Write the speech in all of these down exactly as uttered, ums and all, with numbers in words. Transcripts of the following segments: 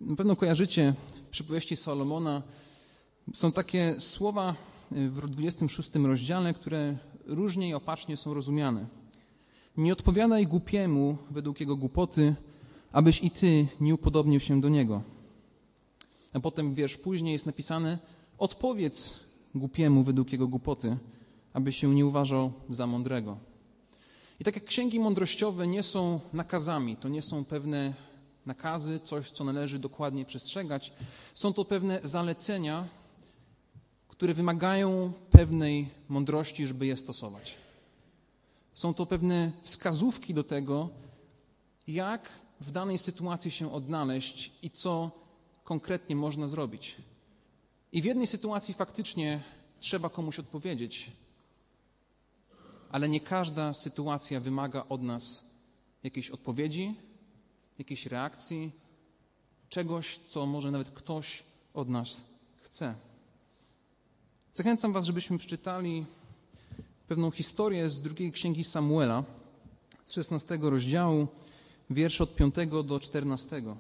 Na pewno kojarzycie w przypowieści Salomona, są takie słowa w dwudziestym szóstym rozdziale, które różnie i opacznie są rozumiane. Nie odpowiadaj głupiemu według jego głupoty, abyś i ty nie upodobnił się do niego. A potem wiersz później jest napisane: odpowiedz głupiemu według jego głupoty, aby się nie uważał za mądrego. I tak jak księgi mądrościowe nie są nakazami, to nie są pewne nakazy, coś, co należy dokładnie przestrzegać, są to pewne zalecenia, które wymagają pewnej mądrości, żeby je stosować. Są to pewne wskazówki do tego, jak w danej sytuacji się odnaleźć i co konkretnie można zrobić. I w jednej sytuacji faktycznie trzeba komuś odpowiedzieć, ale nie każda sytuacja wymaga od nas jakiejś odpowiedzi, jakiejś reakcji, czegoś, co może nawet ktoś od nas chce. Zachęcam was, żebyśmy przeczytali pewną historię z drugiej księgi Samuela, z szesnastego rozdziału, wiersz od piątego do czternastego.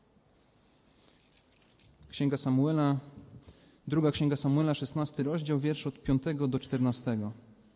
Księga Samuela, druga księga Samuela, szesnasty rozdział, wiersz od piątego do czternastego.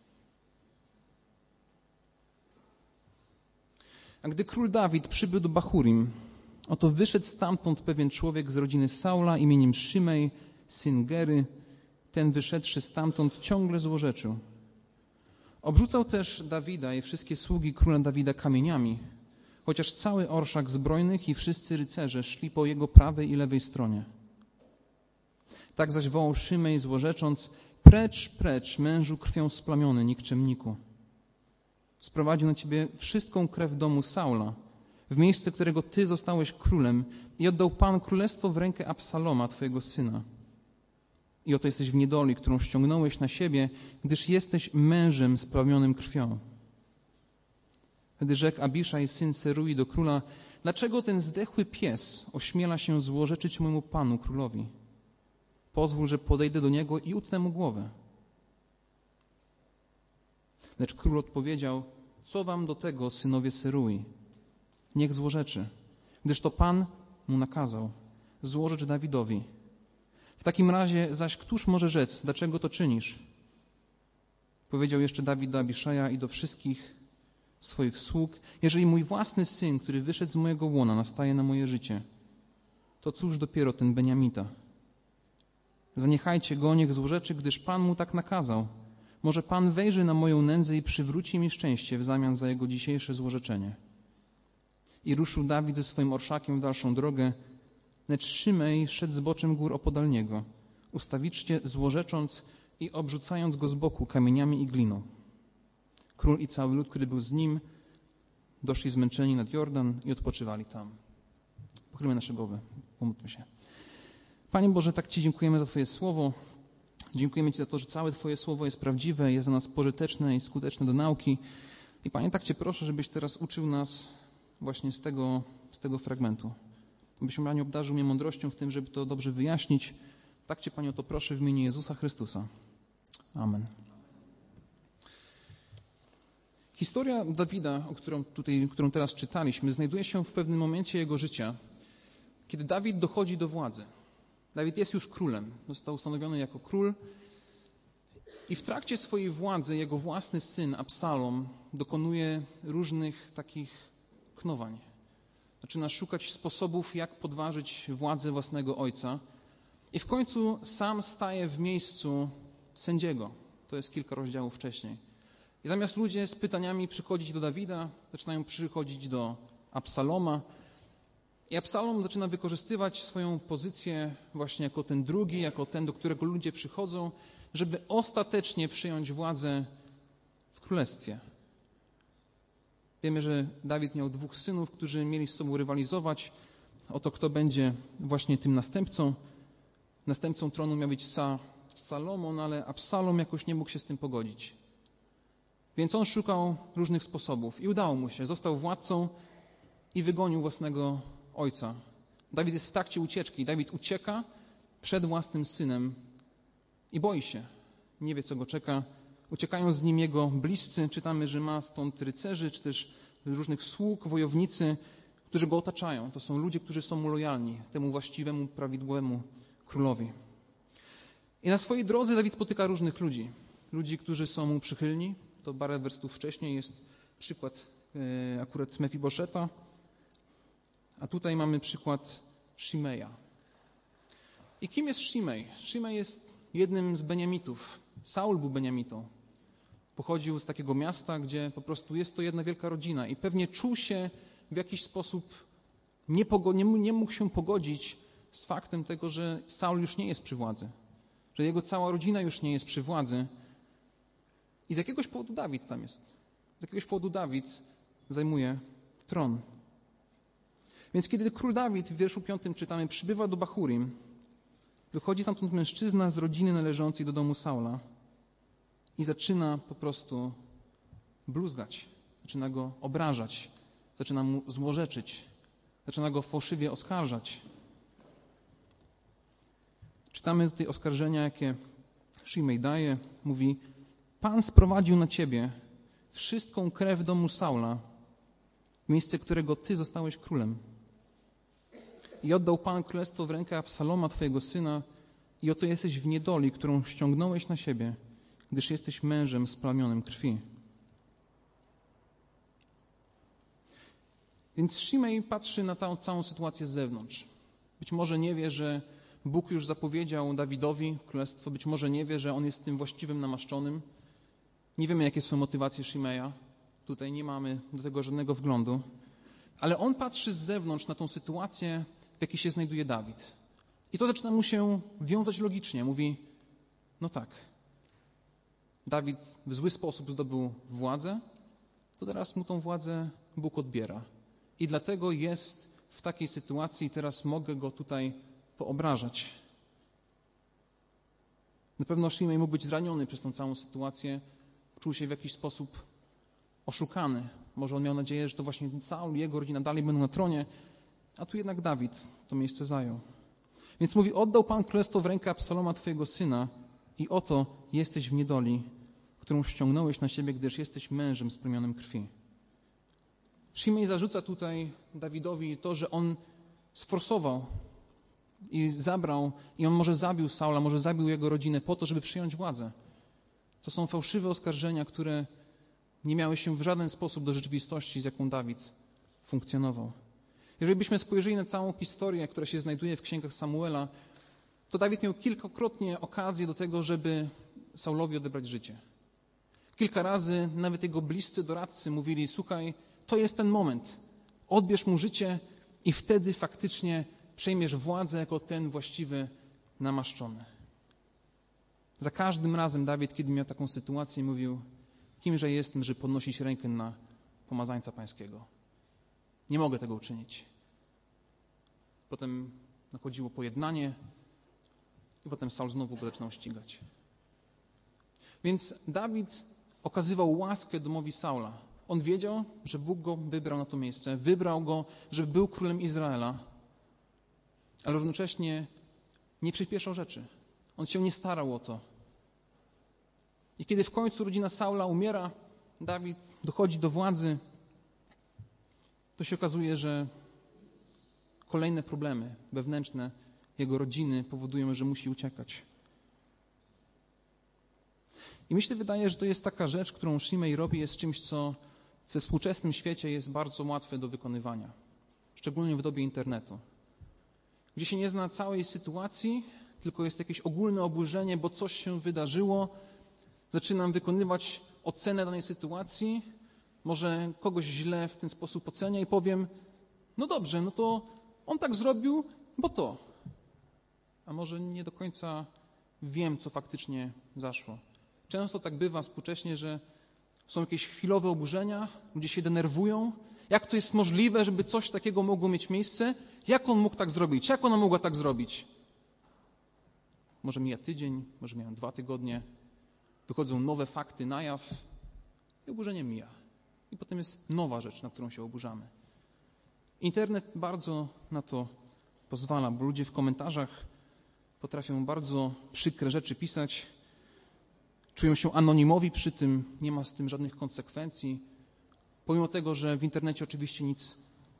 A gdy król Dawid przybył do Bahurim, oto wyszedł stamtąd pewien człowiek z rodziny Saula imieniem Szymej, syn Gery. Ten wyszedłszy stamtąd ciągle złorzeczył. Obrzucał też Dawida i wszystkie sługi króla Dawida kamieniami, chociaż cały orszak zbrojnych i wszyscy rycerze szli po jego prawej i lewej stronie. Tak zaś wołał Szymej, złorzecząc: precz, precz, mężu krwią splamiony, nikczemniku. Sprowadził na ciebie wszystką krew domu Saula, w miejsce którego ty zostałeś królem, i oddał Pan królestwo w rękę Absaloma, twojego syna. I oto jesteś w niedoli, którą ściągnąłeś na siebie, gdyż jesteś mężem splamionym krwią. Wtedy rzekł Abiszaj, syn Serui, do króla: dlaczego ten zdechły pies ośmiela się złorzeczyć mojemu panu królowi? Pozwól, że podejdę do niego i utnę mu głowę. Lecz król odpowiedział: co wam do tego, synowie Serui? Niech złorzeczy, gdyż to Pan mu nakazał. Złorzecz Dawidowi. W takim razie zaś któż może rzec, dlaczego to czynisz? Powiedział jeszcze Dawid do Abiszaja i do wszystkich swoich sług: jeżeli mój własny syn, który wyszedł z mojego łona, nastaje na moje życie, to cóż dopiero ten Beniamita? Zaniechajcie go, niech złorzeczy, gdyż Pan mu tak nakazał. Może Pan wejrzy na moją nędzę i przywróci mi szczęście w zamian za jego dzisiejsze złorzeczenie. I ruszył Dawid ze swoim orszakiem w dalszą drogę, lecz Szymej szedł zboczem gór opodal niego, ustawicznie złorzecząc i obrzucając go z boku kamieniami i gliną. Król i cały lud, który był z nim, doszli zmęczeni nad Jordan i odpoczywali tam. Pochylmy nasze głowy, pomódlmy się. Panie Boże, tak Ci dziękujemy za Twoje słowo. Dziękujemy Ci za to, że całe Twoje słowo jest prawdziwe, jest dla nas pożyteczne i skuteczne do nauki. I Panie, tak Cię proszę, żebyś teraz uczył nas właśnie z tego, z tego fragmentu. Abyś, Panie, obdarzył mnie mądrością w tym, żeby to dobrze wyjaśnić. Tak Cię, Panie, o to proszę w imieniu Jezusa Chrystusa. Amen. Historia Dawida, o którą, tutaj, którą teraz czytaliśmy, znajduje się w pewnym momencie jego życia, kiedy Dawid dochodzi do władzy. Dawid jest już królem, został ustanowiony jako król i w trakcie swojej władzy jego własny syn Absalom dokonuje różnych takich knowań. Zaczyna szukać sposobów, jak podważyć władzę własnego ojca i w końcu sam staje w miejscu sędziego. To jest kilka rozdziałów wcześniej. I zamiast ludzie z pytaniami przychodzić do Dawida, zaczynają przychodzić do Absaloma. I Absalom zaczyna wykorzystywać swoją pozycję właśnie jako ten drugi, jako ten, do którego ludzie przychodzą, żeby ostatecznie przyjąć władzę w królestwie. Wiemy, że Dawid miał dwóch synów, którzy mieli z sobą rywalizować o to, kto będzie właśnie tym następcą. Następcą tronu miał być Sa, Salomon, ale Absalom jakoś nie mógł się z tym pogodzić. Więc on szukał różnych sposobów i udało mu się. Został władcą i wygonił własnego ojca. Dawid jest w trakcie ucieczki. Dawid ucieka przed własnym synem i boi się. Nie wie, co go czeka. Uciekają z nim jego bliscy. Czytamy, że ma stąd rycerzy, czy też różnych sług, wojownicy. którzy go otaczają. To są ludzie, którzy są mu lojalni, temu właściwemu, prawidłowemu królowi. I na swojej drodze Dawid spotyka różnych ludzi. Ludzi, którzy są mu przychylni. To parę wersetów wcześniej jest przykład e, akurat Mefiboszeta. A tutaj mamy przykład Shimeja. I kim jest Shimej? Shimej jest jednym z Beniamitów. Saul był Beniamitą. Pochodził z takiego miasta, gdzie po prostu jest to jedna wielka rodzina i pewnie czuł się w jakiś sposób, nie, pogo- nie, nie mógł się pogodzić z faktem tego, że Saul już nie jest przy władzy, że jego cała rodzina już nie jest przy władzy i z jakiegoś powodu Dawid tam jest. Z jakiegoś powodu Dawid zajmuje tron. Więc kiedy król Dawid w wierszu piątym czytamy, przybywa do Bahurim, wychodzi stamtąd mężczyzna z rodziny należącej do domu Saula i zaczyna po prostu bluzgać, zaczyna go obrażać, zaczyna mu złorzeczyć, zaczyna go fałszywie oskarżać. Czytamy tutaj oskarżenia, jakie Shimej daje. Mówi: Pan sprowadził na ciebie wszystką krew domu Saula, miejsce którego ty zostałeś królem. I oddał Pan królestwo w rękę Absaloma, twojego syna, i oto jesteś w niedoli, którą ściągnąłeś na siebie, gdyż jesteś mężem splamionym krwi. Więc Shimej patrzy na całą, całą sytuację z zewnątrz. Być może nie wie, że Bóg już zapowiedział Dawidowi królestwo, być może nie wie, że on jest tym właściwym namaszczonym. Nie wiemy, jakie są motywacje Shimeja. Tutaj nie mamy do tego żadnego wglądu. Ale on patrzy z zewnątrz na tą sytuację, w jakiej się znajduje Dawid. I to zaczyna mu się wiązać logicznie. Mówi, no tak, Dawid w zły sposób zdobył władzę, to teraz mu tą władzę Bóg odbiera. I dlatego jest w takiej sytuacji i teraz mogę go tutaj poobrażać. Na pewno Shimej mógł być zraniony przez tą całą sytuację. Czuł się w jakiś sposób oszukany. Może on miał nadzieję, że to właśnie Saul i jego rodzina dalej będą na tronie, a tu jednak Dawid to miejsce zajął. Więc mówi, oddał Pan królestwo w rękę Absaloma, twojego syna, i oto jesteś w niedoli, którą ściągnąłeś na siebie, gdyż jesteś mężem splamionym krwi. Shimej zarzuca tutaj Dawidowi to, że on sforsował i zabrał, i on może zabił Saula, może zabił jego rodzinę po to, żeby przyjąć władzę. To są fałszywe oskarżenia, które nie miały się w żaden sposób do rzeczywistości, z jaką Dawid funkcjonował. Jeżeli byśmy spojrzeli na całą historię, która się znajduje w księgach Samuela, to Dawid miał kilkakrotnie okazję do tego, żeby Saulowi odebrać życie. Kilka razy nawet jego bliscy doradcy mówili, słuchaj, to jest ten moment, odbierz mu życie i wtedy faktycznie przejmiesz władzę jako ten właściwy namaszczony. Za każdym razem Dawid, kiedy miał taką sytuację, mówił, kimże jestem, żeby podnosić rękę na pomazańca pańskiego. Nie mogę tego uczynić. Potem nachodziło pojednanie i potem Saul znowu go zaczynał ścigać. Więc Dawid okazywał łaskę domowi Saula. On wiedział, że Bóg go wybrał na to miejsce, wybrał go, żeby był królem Izraela, ale równocześnie nie przyspieszał rzeczy. On się nie starał o to. I kiedy w końcu rodzina Saula umiera, Dawid dochodzi do władzy, to się okazuje, że kolejne problemy wewnętrzne jego rodziny powodują, że musi uciekać. I mi się wydaje, że to jest taka rzecz, którą Shimej robi, jest czymś, co we współczesnym świecie jest bardzo łatwe do wykonywania. Szczególnie w dobie internetu. Gdzie się nie zna całej sytuacji, tylko jest jakieś ogólne oburzenie, bo coś się wydarzyło. Zaczynam wykonywać ocenę danej sytuacji, może kogoś źle w ten sposób ocenia i powiem, no dobrze, no to on tak zrobił, bo to. A może nie do końca wiem, co faktycznie zaszło. Często tak bywa współcześnie, że są jakieś chwilowe oburzenia, ludzie się denerwują. Jak to jest możliwe, żeby coś takiego mogło mieć miejsce? Jak on mógł tak zrobić? Jak ona mogła tak zrobić? Może mija tydzień, może mijają dwa tygodnie. Wychodzą nowe fakty na jaw i oburzenie mija. I potem jest nowa rzecz, na którą się oburzamy. Internet bardzo na to pozwala, bo ludzie w komentarzach potrafią bardzo przykre rzeczy pisać, czują się anonimowi przy tym, nie ma z tym żadnych konsekwencji. Pomimo tego, że w internecie oczywiście nic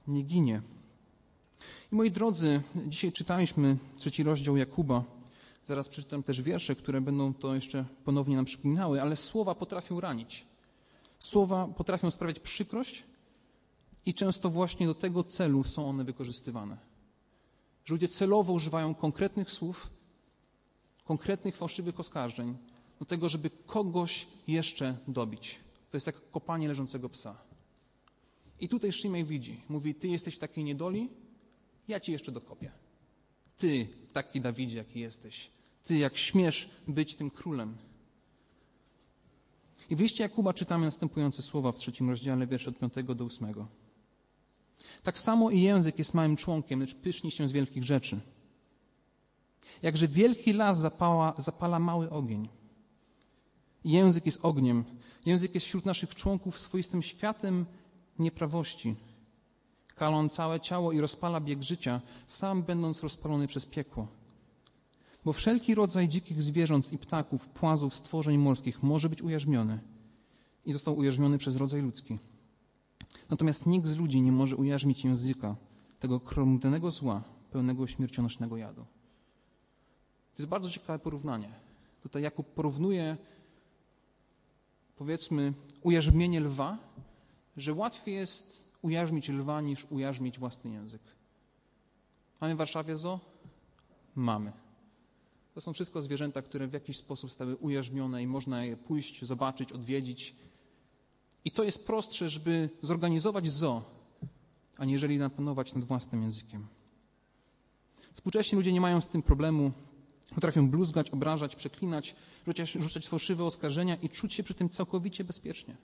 nie ginie. I moi drodzy, dzisiaj czytaliśmy trzeci rozdział Jakuba. Zaraz przeczytam też wiersze, które będą to jeszcze ponownie nam przypominały, ale słowa potrafią ranić. Słowa potrafią sprawiać przykrość i często właśnie do tego celu są one wykorzystywane. Że ludzie celowo używają konkretnych słów, konkretnych fałszywych oskarżeń do tego, żeby kogoś jeszcze dobić. To jest jak kopanie leżącego psa. I tutaj Shimei widzi, mówi, ty jesteś w takiej niedoli, ja ci jeszcze dokopię. Ty, taki Dawidzie, jaki jesteś. Ty, jak śmiesz być tym królem. I w liście Jakuba czytamy następujące słowa w trzecim rozdziale, wiersze od piątego do ósmego. Tak samo i język jest małym członkiem, lecz pyszni się z wielkich rzeczy. Jakże wielki las zapala, zapala mały ogień. I język jest ogniem. Język jest wśród naszych członków swoistym światem nieprawości. Kala on całe ciało i rozpala bieg życia, sam będąc rozpalony przez piekło. Bo wszelki rodzaj dzikich zwierząt i ptaków, płazów, stworzeń morskich może być ujarzmiony i został ujarzmiony przez rodzaj ludzki. Natomiast nikt z ludzi nie może ujarzmić języka, tego kromnego zła, pełnego śmiercionośnego jadu. To jest bardzo ciekawe porównanie. Tutaj Jakub porównuje, powiedzmy, ujarzmienie lwa, że łatwiej jest ujarzmić lwa niż ujarzmić własny język. Mamy w Warszawie zoo? Mamy. To są wszystko zwierzęta, które w jakiś sposób zostały ujarzmione i można je pójść, zobaczyć, odwiedzić. I to jest prostsze, żeby zorganizować zoo, aniżeli napanować nad własnym językiem. Współcześni ludzie nie mają z tym problemu. Potrafią bluzgać, obrażać, przeklinać, rzucać, rzucać fałszywe oskarżenia i czuć się przy tym całkowicie bezpiecznie.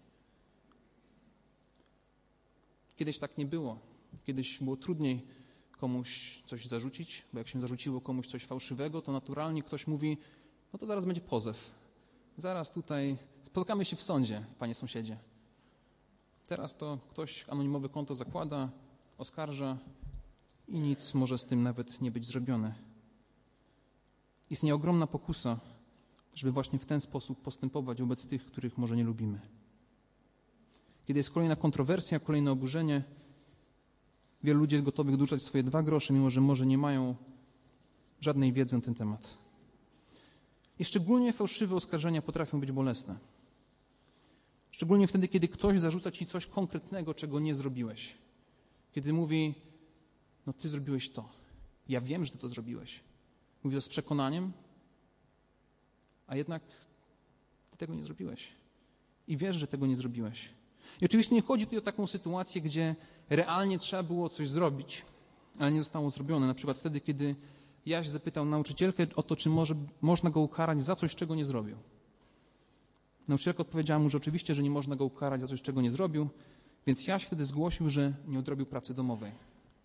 Kiedyś tak nie było. Kiedyś było trudniej komuś coś zarzucić, bo jak się zarzuciło komuś coś fałszywego, to naturalnie ktoś mówi, no to zaraz będzie pozew. Zaraz tutaj spotkamy się w sądzie, panie sąsiedzie. Teraz to ktoś anonimowe konto zakłada, oskarża i nic może z tym nawet nie być zrobione. Istnieje ogromna pokusa, żeby właśnie w ten sposób postępować wobec tych, których może nie lubimy. Kiedy jest kolejna kontrowersja, kolejne oburzenie, wielu ludzi jest gotowych dorzucać swoje dwa grosze, mimo że może nie mają żadnej wiedzy na ten temat. I szczególnie fałszywe oskarżenia potrafią być bolesne. Szczególnie wtedy, kiedy ktoś zarzuca ci coś konkretnego, czego nie zrobiłeś. Kiedy mówi, no ty zrobiłeś to. Ja wiem, że ty to zrobiłeś. Mówi to z przekonaniem, a jednak ty tego nie zrobiłeś. I wiesz, że tego nie zrobiłeś. I oczywiście nie chodzi tutaj o taką sytuację, gdzie realnie trzeba było coś zrobić, ale nie zostało zrobione. Na przykład wtedy, kiedy Jaś zapytał nauczycielkę o to, czy może, można go ukarać za coś, czego nie zrobił. Nauczycielka odpowiedziała mu, że oczywiście, że nie można go ukarać za coś, czego nie zrobił, więc Jaś wtedy zgłosił, że nie odrobił pracy domowej.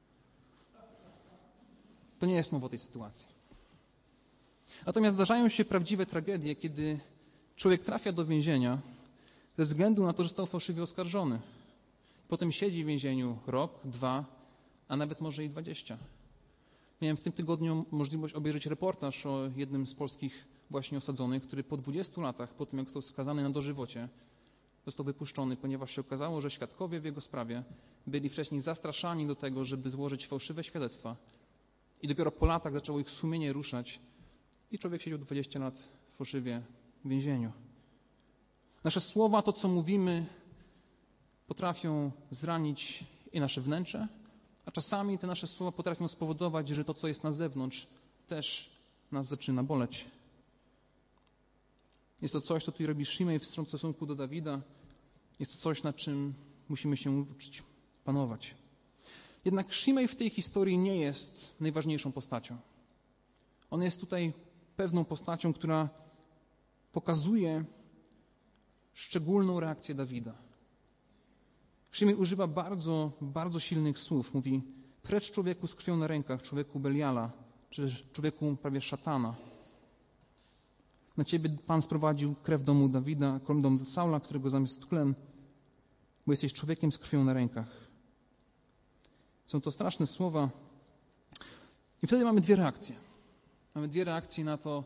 To nie jest mowa o tej sytuacji. Natomiast zdarzają się prawdziwe tragedie, kiedy człowiek trafia do więzienia ze względu na to, że został fałszywie oskarżony. Potem siedzi w więzieniu rok, dwa, a nawet może i dwadzieścia. Miałem w tym tygodniu możliwość obejrzeć reportaż o jednym z polskich właśnie osadzonych, który po dwudziestu latach, po tym jak został skazany na dożywocie, został wypuszczony, ponieważ się okazało, że świadkowie w jego sprawie byli wcześniej zastraszani do tego, żeby złożyć fałszywe świadectwa i dopiero po latach zaczęło ich sumienie ruszać i człowiek siedział dwadzieścia lat fałszywie w więzieniu. Nasze słowa, to co mówimy, potrafią zranić i nasze wnętrze, a czasami te nasze słowa potrafią spowodować, że to, co jest na zewnątrz, też nas zaczyna boleć. Jest to coś, co tutaj robi Shimei w stosunku do Dawida. Jest to coś, nad czym musimy się uczyć panować. Jednak Shimei w tej historii nie jest najważniejszą postacią. On jest tutaj pewną postacią, która pokazuje szczególną reakcję Dawida. Shimei używa bardzo, bardzo silnych słów. Mówi, precz człowieku z krwią na rękach, człowieku Beliala, czy człowieku prawie szatana. Na ciebie Pan sprowadził krew domu Dawida, dom Saula, którego zamiast królem, bo jesteś człowiekiem z krwią na rękach. Są to straszne słowa. I wtedy mamy dwie reakcje. Mamy dwie reakcje na to,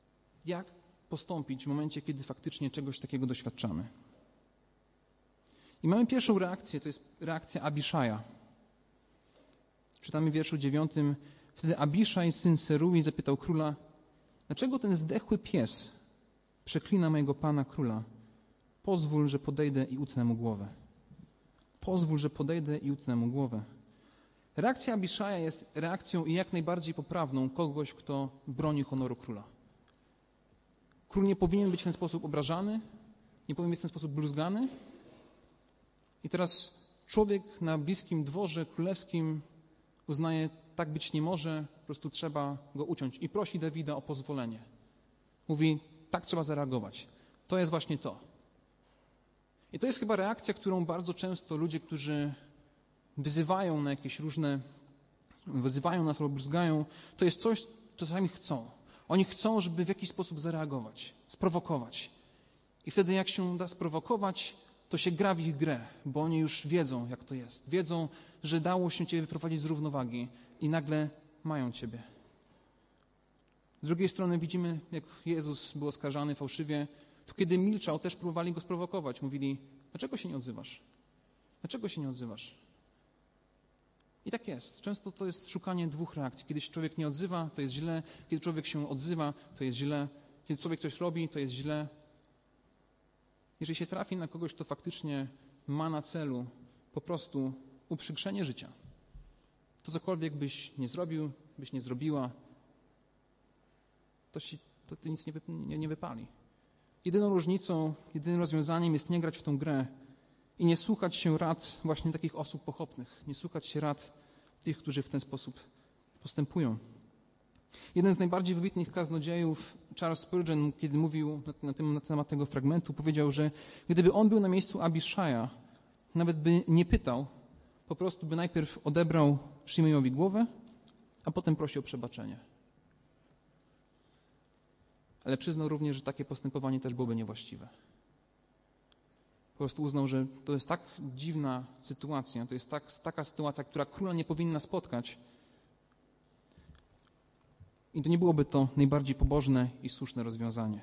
jak postąpić w momencie, kiedy faktycznie czegoś takiego doświadczamy. I mamy pierwszą reakcję, to jest reakcja Abiszaja. Czytamy w wierszu dziewiątym. Wtedy Abiszaj, syn Serui, zapytał króla, dlaczego ten zdechły pies przeklina mojego pana króla? Pozwól, że podejdę i utnę mu głowę. Pozwól, że podejdę i utnę mu głowę. Reakcja Abiszaja jest reakcją i jak najbardziej poprawną kogoś, kto broni honoru króla. Król nie powinien być w ten sposób obrażany, nie powinien być w ten sposób bluzgany. I teraz człowiek na bliskim dworze królewskim uznaje, tak być nie może, po prostu trzeba go uciąć i prosi Dawida o pozwolenie. Mówi, tak trzeba zareagować. To jest właśnie to. I to jest chyba reakcja, którą bardzo często ludzie, którzy wyzywają na jakieś różne, wyzywają nas albo bluzgają, to jest coś, co czasami chcą. Oni chcą, żeby w jakiś sposób zareagować, sprowokować. I wtedy jak się da sprowokować, to się gra w ich grę, bo oni już wiedzą, jak to jest. Wiedzą, że dało się Ciebie wyprowadzić z równowagi i nagle mają Ciebie. Z drugiej strony widzimy, jak Jezus był oskarżany fałszywie, to kiedy milczał, też próbowali Go sprowokować. Mówili, dlaczego się nie odzywasz? Dlaczego się nie odzywasz? I tak jest. Często to jest szukanie dwóch reakcji. Kiedy się człowiek nie odzywa, to jest źle. Kiedy człowiek się odzywa, to jest źle. Kiedy człowiek coś robi, to jest źle. Jeżeli się trafi na kogoś, kto faktycznie ma na celu po prostu uprzykrzenie życia, to cokolwiek byś nie zrobił, byś nie zrobiła, to, się, to, to nic nie, wy, nie, nie wypali. Jedyną różnicą, jedynym rozwiązaniem jest nie grać w tą grę i nie słuchać się rad właśnie takich osób pochopnych, nie słuchać się rad tych, którzy w ten sposób postępują. Jeden z najbardziej wybitnych kaznodziejów, Charles Spurgeon, kiedy mówił na, na, tym, na temat tego fragmentu, powiedział, że gdyby on był na miejscu Abiszaja, nawet by nie pytał, po prostu by najpierw odebrał Shimejowi głowę, a potem prosił o przebaczenie. Ale przyznał również, że takie postępowanie też byłoby niewłaściwe. Po prostu uznał, że to jest tak dziwna sytuacja, to jest tak, taka sytuacja, która króla nie powinna spotkać. I to nie byłoby to najbardziej pobożne i słuszne rozwiązanie.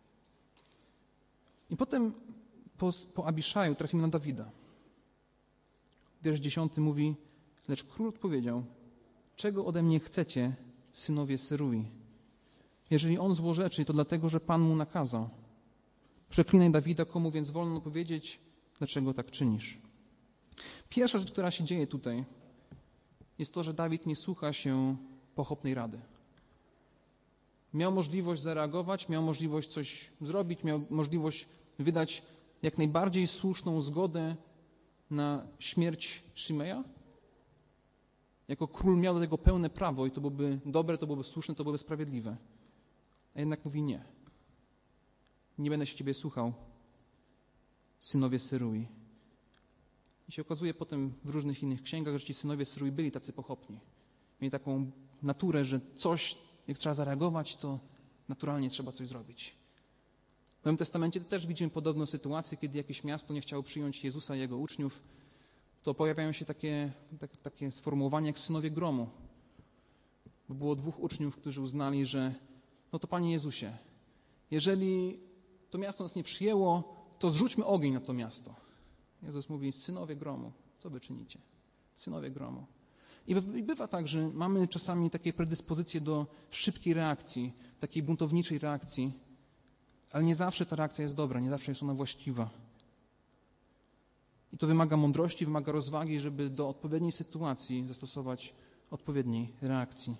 I potem po, po Abiszaju trafimy na Dawida. Wiersz dziesiąty mówi, lecz król odpowiedział, czego ode mnie chcecie, synowie Serui? Jeżeli on złorzeczy, to dlatego, że Pan mu nakazał. Przeklinaj Dawida, komu więc wolno powiedzieć, dlaczego tak czynisz. Pierwsza rzecz, która się dzieje tutaj, jest to, że Dawid nie słucha się pochopnej rady. Miał możliwość zareagować, miał możliwość coś zrobić, miał możliwość wydać jak najbardziej słuszną zgodę na śmierć Shimeja. Jako król miał do tego pełne prawo i to byłoby dobre, to byłoby słuszne, to byłoby sprawiedliwe. A jednak mówi nie. Nie będę się Ciebie słuchał, synowie Serui. I się okazuje potem w różnych innych księgach, że ci synowie Serui byli tacy pochopni. Mieli taką naturę, że coś, jak trzeba zareagować, to naturalnie trzeba coś zrobić. W Nowym Testamencie też widzimy podobną sytuację, kiedy jakieś miasto nie chciało przyjąć Jezusa i Jego uczniów, to pojawiają się takie, tak, takie sformułowania jak synowie gromu. Bo było dwóch uczniów, którzy uznali, że no to Panie Jezusie, jeżeli to miasto nas nie przyjęło, to zrzućmy ogień na to miasto. Jezus mówi, synowie gromu, co wy czynicie? Synowie gromu. I bywa tak, że mamy czasami takie predyspozycje do szybkiej reakcji, takiej buntowniczej reakcji, ale nie zawsze ta reakcja jest dobra, nie zawsze jest ona właściwa. I to wymaga mądrości, wymaga rozwagi, żeby do odpowiedniej sytuacji zastosować odpowiedniej reakcji.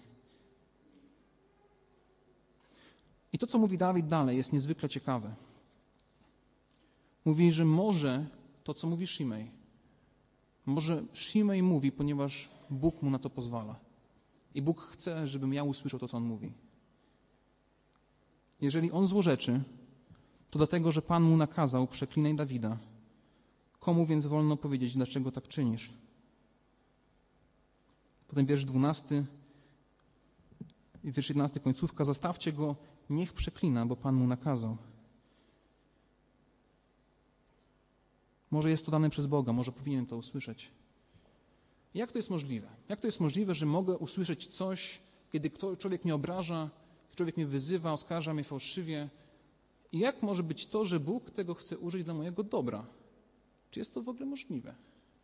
I to, co mówi Dawid dalej, jest niezwykle ciekawe. Mówi, że może to, co mówi Shimej, może Shimej mówi, ponieważ Bóg mu na to pozwala. I Bóg chce, żebym ja usłyszał to, co on mówi. Jeżeli on złorzeczy, to dlatego, że Pan mu nakazał, przeklinaj Dawida. Komu więc wolno powiedzieć, dlaczego tak czynisz? Potem wiersz dwunasty i wiersz jedenasty, końcówka. Zostawcie go, niech przeklina, bo Pan mu nakazał. Może jest to dane przez Boga, może powinienem to usłyszeć. Jak to jest możliwe? Jak to jest możliwe, że mogę usłyszeć coś, kiedy człowiek mnie obraża, człowiek mnie wyzywa, oskarża mnie fałszywie? I jak może być to, że Bóg tego chce użyć dla mojego dobra? Czy jest to w ogóle możliwe?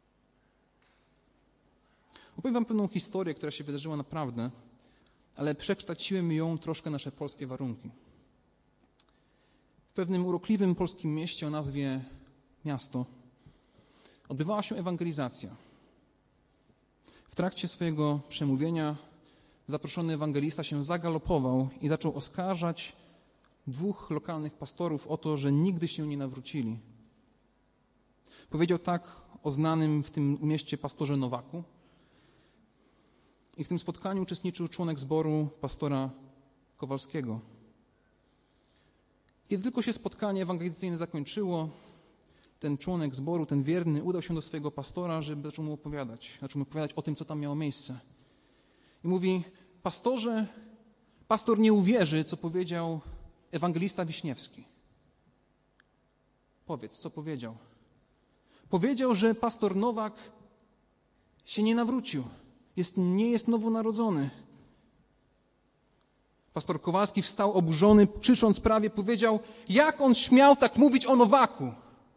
Opowiem wam pewną historię, która się wydarzyła naprawdę, ale przekształciłem ją troszkę nasze polskie warunki. W pewnym urokliwym polskim mieście o nazwie Miasto odbywała się ewangelizacja. W trakcie swojego przemówienia zaproszony ewangelista się zagalopował i zaczął oskarżać dwóch lokalnych pastorów o to, że nigdy się nie nawrócili. Powiedział tak o znanym w tym mieście pastorze Nowaku. I w tym spotkaniu uczestniczył członek zboru pastora Kowalskiego. Kiedy tylko się spotkanie ewangelizacyjne zakończyło, ten członek zboru, ten wierny, udał się do swojego pastora, żeby zaczął mu opowiadać. Zaczął mu opowiadać o tym, co tam miało miejsce. I mówi: pastorze, pastor nie uwierzy, co powiedział ewangelista Wiśniewski. Powiedz, co powiedział. Powiedział, że pastor Nowak się nie nawrócił. Jest, nie jest nowonarodzony. Pastor Kowalski wstał oburzony, krzycząc prawie, powiedział: jak on śmiał tak mówić o Nowaku?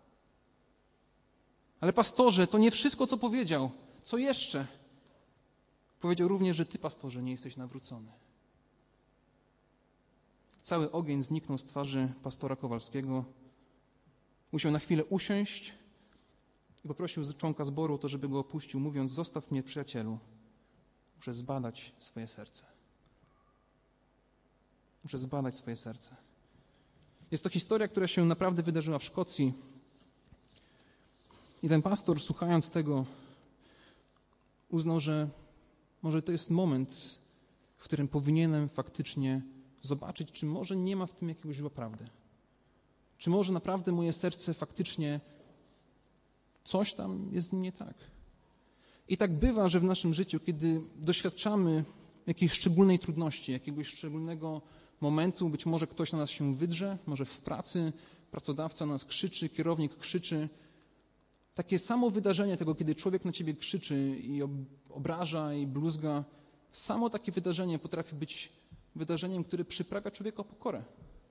Ale pastorze, to nie wszystko, co powiedział. Co jeszcze? Powiedział również, że ty, pastorze, nie jesteś nawrócony. Cały ogień zniknął z twarzy pastora Kowalskiego. Musiał na chwilę usiąść i poprosił członka zboru o to, żeby go opuścił, mówiąc: zostaw mnie, przyjacielu. Muszę zbadać swoje serce. Muszę zbadać swoje serce. Jest to historia, która się naprawdę wydarzyła w Szkocji. I ten pastor, słuchając tego, uznał, że może to jest moment, w którym powinienem faktycznie zobaczyć, czy może nie ma w tym jakiegoś źródła prawdy. Czy może naprawdę moje serce faktycznie coś tam jest z nim nie tak. I tak bywa, że w naszym życiu, kiedy doświadczamy jakiejś szczególnej trudności, jakiegoś szczególnego momentu, być może ktoś na nas się wydrze, może w pracy pracodawca na nas krzyczy, kierownik krzyczy. Takie samo wydarzenie tego, kiedy człowiek na ciebie krzyczy i obraża i bluzga, samo takie wydarzenie potrafi być wydarzeniem, które przyprawia człowieka o pokorę.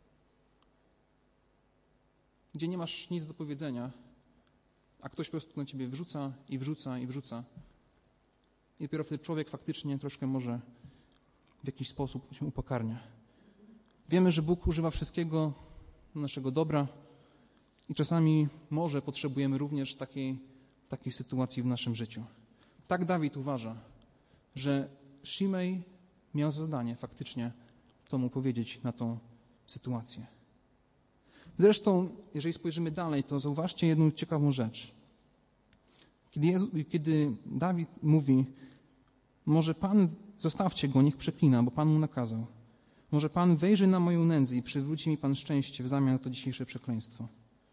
Gdzie nie masz nic do powiedzenia, a ktoś po prostu na ciebie wrzuca i wrzuca i wrzuca. I dopiero wtedy człowiek faktycznie troszkę może w jakiś sposób się upokarnia. Wiemy, że Bóg używa wszystkiego do naszego dobra i czasami może potrzebujemy również takiej, takiej sytuacji w naszym życiu. Tak Dawid uważa, że Shimei miał za zadanie faktycznie to mu powiedzieć na tą sytuację. Zresztą, jeżeli spojrzymy dalej, to zauważcie jedną ciekawą rzecz. Kiedy, Jezu, kiedy Dawid mówi: może Pan, zostawcie go, niech przeklina, bo Pan mu nakazał. Może Pan wejrzy na moją nędzę i przywróci mi Pan szczęście w zamian na to dzisiejsze przekleństwo.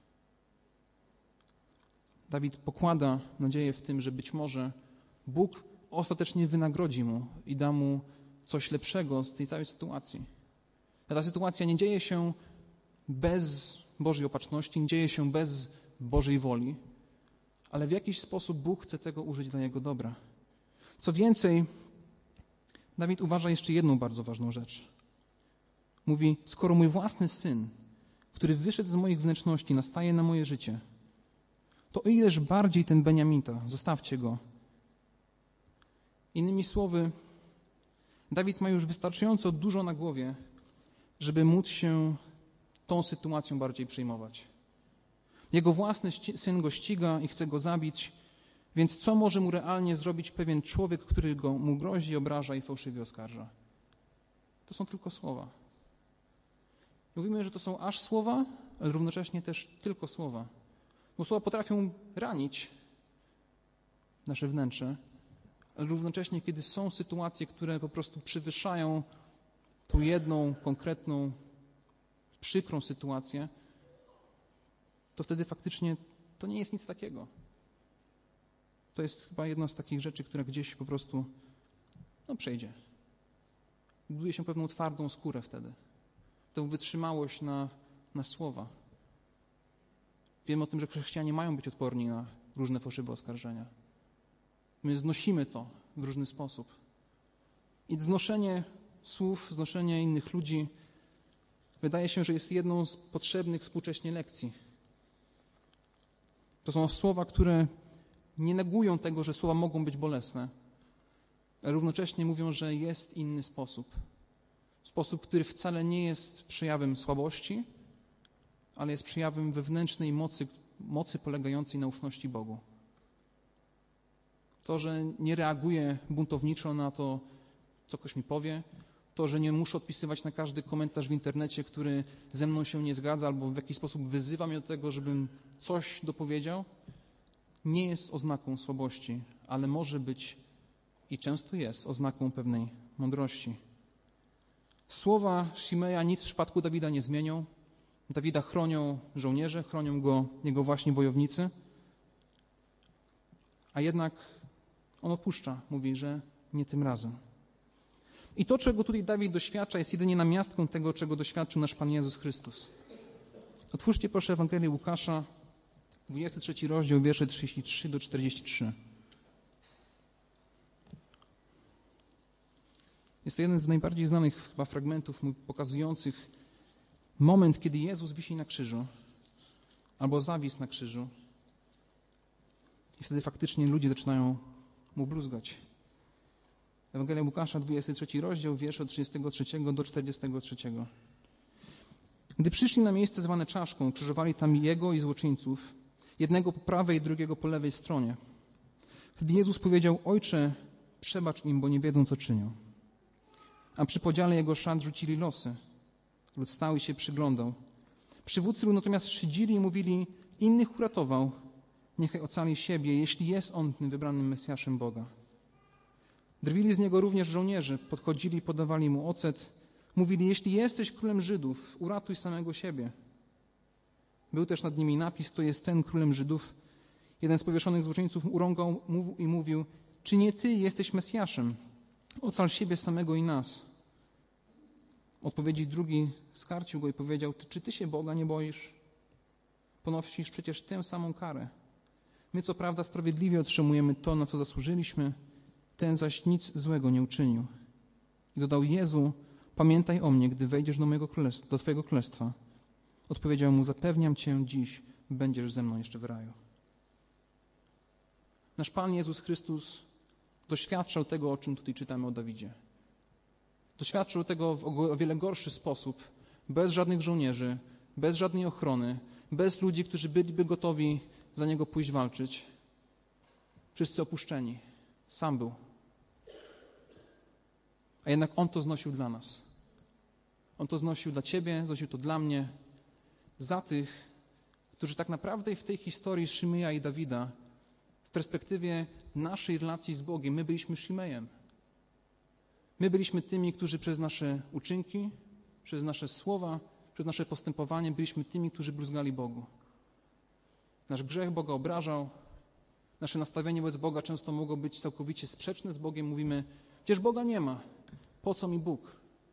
Dawid pokłada nadzieję w tym, że być może Bóg ostatecznie wynagrodzi mu i da mu coś lepszego z tej całej sytuacji. A ta sytuacja nie dzieje się bez Bożej opatrzności, nie dzieje się bez Bożej woli, ale w jakiś sposób Bóg chce tego użyć dla jego dobra. Co więcej, Dawid uważa jeszcze jedną bardzo ważną rzecz. Mówi: skoro mój własny syn, który wyszedł z moich wnętrzności, nastaje na moje życie, to o ileż bardziej ten Beniaminta, zostawcie go. Innymi słowy, Dawid ma już wystarczająco dużo na głowie, żeby móc się tą sytuacją bardziej przejmować. Jego własny syn go ściga i chce go zabić, więc co może mu realnie zrobić pewien człowiek, który go, mu grozi, obraża i fałszywie oskarża? To są tylko słowa. Mówimy, że to są aż słowa, ale równocześnie też tylko słowa. Bo słowa potrafią ranić nasze wnętrze, ale równocześnie, kiedy są sytuacje, które po prostu przewyższają tą jedną, konkretną, przykrą sytuację, to wtedy faktycznie to nie jest nic takiego. To jest chyba jedna z takich rzeczy, która gdzieś po prostu no, przejdzie. Buduje się pewną twardą skórę wtedy. Tę wytrzymałość na, na słowa. Wiemy o tym, że chrześcijanie mają być odporni na różne fałszywe oskarżenia. My znosimy to w różny sposób. I znoszenie słów, znoszenie innych ludzi wydaje się, że jest jedną z potrzebnych współcześnie lekcji. To są słowa, które nie negują tego, że słowa mogą być bolesne, ale równocześnie mówią, że jest inny sposób. Sposób, który wcale nie jest przejawem słabości, ale jest przejawem wewnętrznej mocy, mocy polegającej na ufności Bogu. To, że nie reaguję buntowniczo na to, co ktoś mi powie, to, że nie muszę odpisywać na każdy komentarz w internecie, który ze mną się nie zgadza albo w jakiś sposób wyzywa mnie do tego, żebym coś dopowiedział, nie jest oznaką słabości, ale może być i często jest oznaką pewnej mądrości. Słowa Shimeja nic w przypadku Dawida nie zmienią. Dawida chronią żołnierze, chronią go jego właśnie wojownicy, a jednak on opuszcza, mówi, że nie tym razem. I to, czego tutaj Dawid doświadcza, jest jedynie namiastką tego, czego doświadczył nasz Pan Jezus Chrystus. Otwórzcie proszę Ewangelię Łukasza, dwudziesty trzeci rozdział, wiersze trzydzieści trzy do czterdziestu trzech. Jest to jeden z najbardziej znanych chyba fragmentów pokazujących moment, kiedy Jezus wisi na krzyżu albo zawisł na krzyżu i wtedy faktycznie ludzie zaczynają mu bluzgać. Ewangelia Łukasza, dwudziesty trzeci rozdział, wiersze od trzydziestego trzeciego do czterdziestego trzeciego. Gdy przyszli na miejsce zwane Czaszką, krzyżowali tam jego i złoczyńców, jednego po prawej, drugiego po lewej stronie. Wtedy Jezus powiedział: Ojcze, przebacz im, bo nie wiedzą, co czynią. A przy podziale jego szat rzucili losy. Lud stał i się przyglądał. Przywódcy ludu natomiast szydzili i mówili: innych uratował, niechaj ocali siebie, jeśli jest on tym wybranym Mesjaszem Boga. Drwili z niego również żołnierze, podchodzili i podawali mu ocet. Mówili: jeśli jesteś królem Żydów, uratuj samego siebie. Był też nad nimi napis: to jest ten królem Żydów. Jeden z powieszonych złoczyńców urągał i mówił: czy nie ty jesteś Mesjaszem? Ocal siebie samego i nas. Odpowiedzi drugi skarcił go i powiedział: czy ty się Boga nie boisz? Ponosisz przecież tę samą karę. My co prawda sprawiedliwie otrzymujemy to, na co zasłużyliśmy, ten zaś nic złego nie uczynił. I dodał: Jezu, pamiętaj o mnie, gdy wejdziesz do mojego królestwa, do Twojego królestwa. Odpowiedział mu: zapewniam Cię, dziś będziesz ze mną jeszcze w raju. Nasz Pan Jezus Chrystus doświadczał tego, o czym tutaj czytamy o Dawidzie. Doświadczył tego w o wiele gorszy sposób, bez żadnych żołnierzy, bez żadnej ochrony, bez ludzi, którzy byliby gotowi za niego pójść walczyć. Wszyscy opuszczeni. Sam był. A jednak On to znosił dla nas. On to znosił dla Ciebie, znosił to dla mnie, za tych, którzy tak naprawdę w tej historii Shimeja i Dawida, w perspektywie naszej relacji z Bogiem, my byliśmy Shimejem. My byliśmy tymi, którzy przez nasze uczynki, przez nasze słowa, przez nasze postępowanie byliśmy tymi, którzy bluzgali Bogu. Nasz grzech Boga obrażał, nasze nastawienie wobec Boga często mogło być całkowicie sprzeczne z Bogiem. Mówimy: przecież Boga nie ma, po co mi Bóg?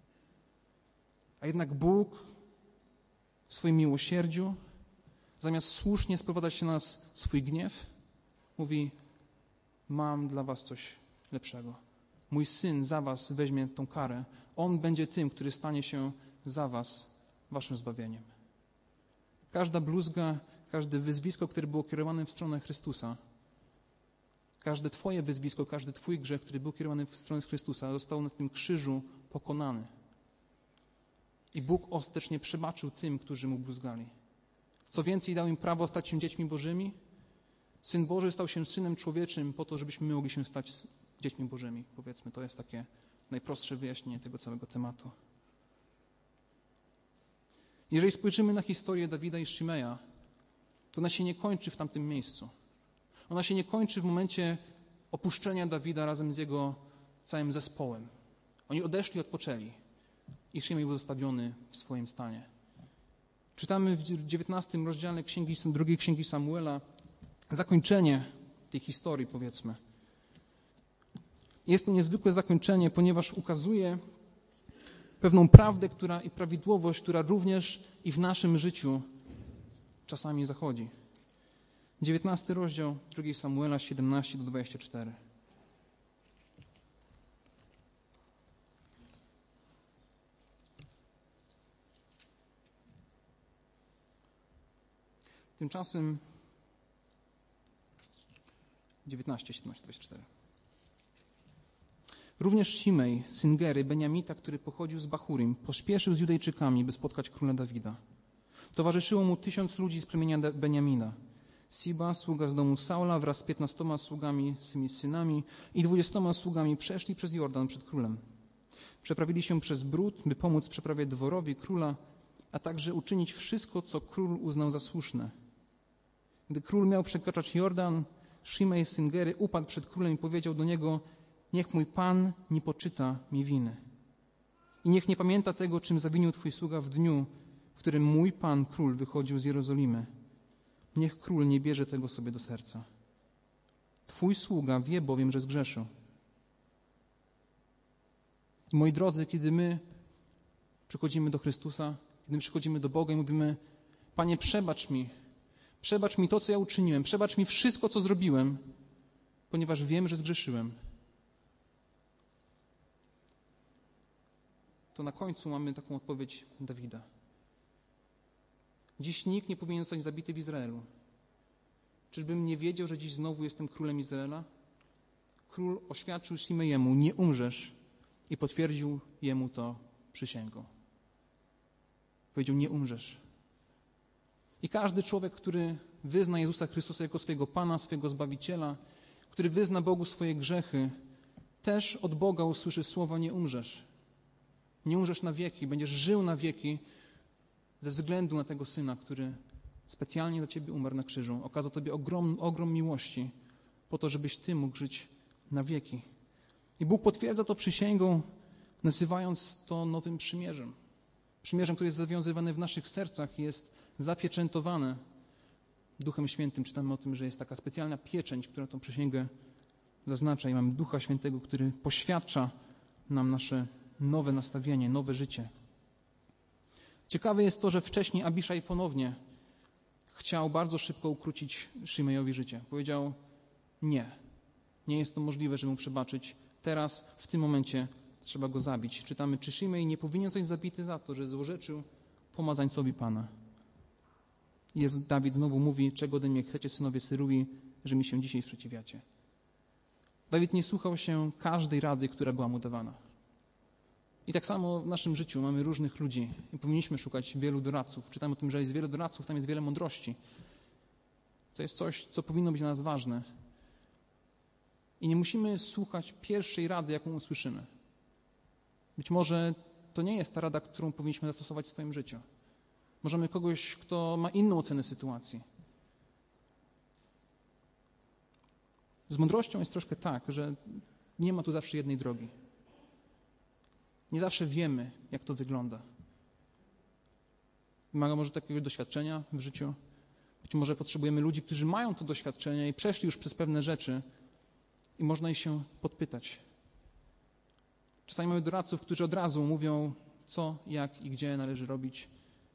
A jednak Bóg w swoim miłosierdziu, zamiast słusznie sprowadzać się na nas swój gniew, mówi: mam dla was coś lepszego. Mój Syn za was weźmie tą karę. On będzie tym, który stanie się za was waszym zbawieniem. Każda bluzga, każde wyzwisko, które było kierowane w stronę Chrystusa, każde Twoje wyzwisko, każdy Twój grzech, który był kierowany w stronę Chrystusa, został na tym krzyżu pokonany. I Bóg ostatecznie przebaczył tym, którzy Mu bluzgali. Co więcej, dał im prawo stać się dziećmi Bożymi. Syn Boży stał się Synem Człowieczym po to, żebyśmy my mogli się stać dziećmi Bożymi. Powiedzmy, to jest takie najprostsze wyjaśnienie tego całego tematu. Jeżeli spojrzymy na historię Dawida i Shimeja, to ona się nie kończy w tamtym miejscu. Ona się nie kończy w momencie opuszczenia Dawida razem z jego całym zespołem. Oni odeszli, odpoczęli i Shimej był zostawiony w swoim stanie. Czytamy w dziewiętnastym rozdziale księgi, drugiej księgi Samuela zakończenie tej historii, powiedzmy. Jest to niezwykłe zakończenie, ponieważ ukazuje pewną prawdę która, i prawidłowość, która również i w naszym życiu czasami zachodzi. dziewiętnasty rozdział drugiej Samuela, siedemnaście do dwudziestu czterech. Tymczasem dziewiętnaście, siedemnaście, dwadzieścia cztery. Również Shimej, syn Gery, Beniamita, który pochodził z Bahurim, pośpieszył z Judejczykami, by spotkać króla Dawida. Towarzyszyło mu tysiąc ludzi z plemienia Beniamina. Siba, sługa z domu Saula, wraz z piętnastoma sługami, swymi synami i dwudziestoma sługami przeszli przez Jordan przed królem. Przeprawili się przez bród, by pomóc w przeprawie dworowi króla, a także uczynić wszystko, co król uznał za słuszne. Gdy król miał przekraczać Jordan, Shimej, syn Gery, upadł przed królem i powiedział do niego: niech mój Pan nie poczyta mi winy. I niech nie pamięta tego, czym zawinił Twój sługa w dniu, w którym mój Pan król wychodził z Jerozolimy. Niech król nie bierze tego sobie do serca. Twój sługa wie bowiem, że zgrzeszył. I moi drodzy, kiedy my przychodzimy do Chrystusa, kiedy my przychodzimy do Boga i mówimy: Panie, przebacz mi, przebacz mi to, co ja uczyniłem, przebacz mi wszystko, co zrobiłem, ponieważ wiem, że zgrzeszyłem. To na końcu mamy taką odpowiedź Dawida. Dziś nikt nie powinien zostać zabity w Izraelu. Czyżbym nie wiedział, że dziś znowu jestem królem Izraela? Król oświadczył Shimejemu: nie umrzesz, i potwierdził jemu to przysięgą. Powiedział: nie umrzesz. I każdy człowiek, który wyzna Jezusa Chrystusa jako swojego Pana, swojego Zbawiciela, który wyzna Bogu swoje grzechy, też od Boga usłyszy słowa: nie umrzesz. Nie umrzesz na wieki, będziesz żył na wieki ze względu na tego Syna, który specjalnie dla Ciebie umarł na krzyżu. Okazał Tobie ogrom, ogrom miłości po to, żebyś Ty mógł żyć na wieki. I Bóg potwierdza to przysięgą, nazywając to nowym przymierzem. Przymierzem, które jest zawiązywane w naszych sercach, jest zapieczętowane Duchem Świętym. Czytamy o tym, że jest taka specjalna pieczęć, która tą przysięgę zaznacza, i mamy Ducha Świętego, który poświadcza nam nasze nowe nastawienie, nowe życie. Ciekawe jest to, że wcześniej Abiszaj ponownie chciał bardzo szybko ukrócić Shimejowi życie. Powiedział: nie, nie jest to możliwe, żeby mu przebaczyć. Teraz, w tym momencie trzeba go zabić. Czytamy: czy Shimej nie powinien zostać zabity za to, że złorzeczył pomazańcowi Pana? Jest Dawid znowu mówi: czego ode mnie chcecie, synowie Seruji, że mi się dzisiaj sprzeciwiacie? Dawid nie słuchał się każdej rady, która była mu dawana. I tak samo w naszym życiu mamy różnych ludzi i powinniśmy szukać wielu doradców. Czytamy o tym, że jest wiele doradców, tam jest wiele mądrości. To jest coś, co powinno być dla nas ważne. I nie musimy słuchać pierwszej rady, jaką usłyszymy. Być może to nie jest ta rada, którą powinniśmy zastosować w swoim życiu. Możemy kogoś, kto ma inną ocenę sytuacji. Z mądrością jest troszkę tak, że nie ma tu zawsze jednej drogi. Nie zawsze wiemy, jak to wygląda. Wymaga może takiego doświadczenia w życiu. Być może potrzebujemy ludzi, którzy mają to doświadczenie i przeszli już przez pewne rzeczy i można ich się podpytać. Czasami mamy doradców, którzy od razu mówią, co, jak i gdzie należy robić.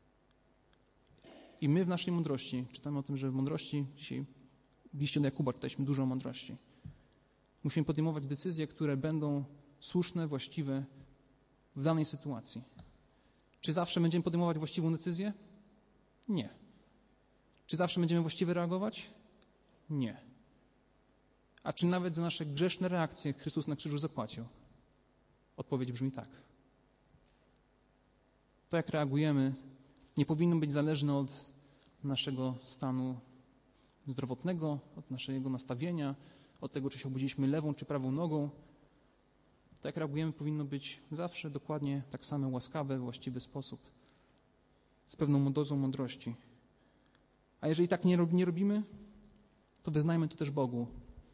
I my w naszej mądrości, czytamy o tym, że w mądrości, dzisiaj w liście do Jakuba czytaliśmy dużo o mądrości. Musimy podejmować decyzje, które będą słuszne, właściwe w danej sytuacji. Czy zawsze będziemy podejmować właściwą decyzję? Nie. Czy zawsze będziemy właściwie reagować? Nie. A czy nawet za nasze grzeszne reakcje Chrystus na krzyżu zapłacił? Odpowiedź brzmi tak. To, jak reagujemy, nie powinno być zależne od naszego stanu zdrowotnego, od naszego nastawienia, od tego, czy się obudziliśmy lewą czy prawą nogą. To, jak reagujemy, powinno być zawsze dokładnie tak samo łaskawe, w właściwy sposób, z pewną dozą mądrości. A jeżeli tak nie, nie robimy, to wyznajmy to też Bogu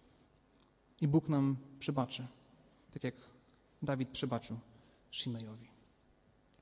i Bóg nam przebaczy, tak jak Dawid przebaczył Shimejowi.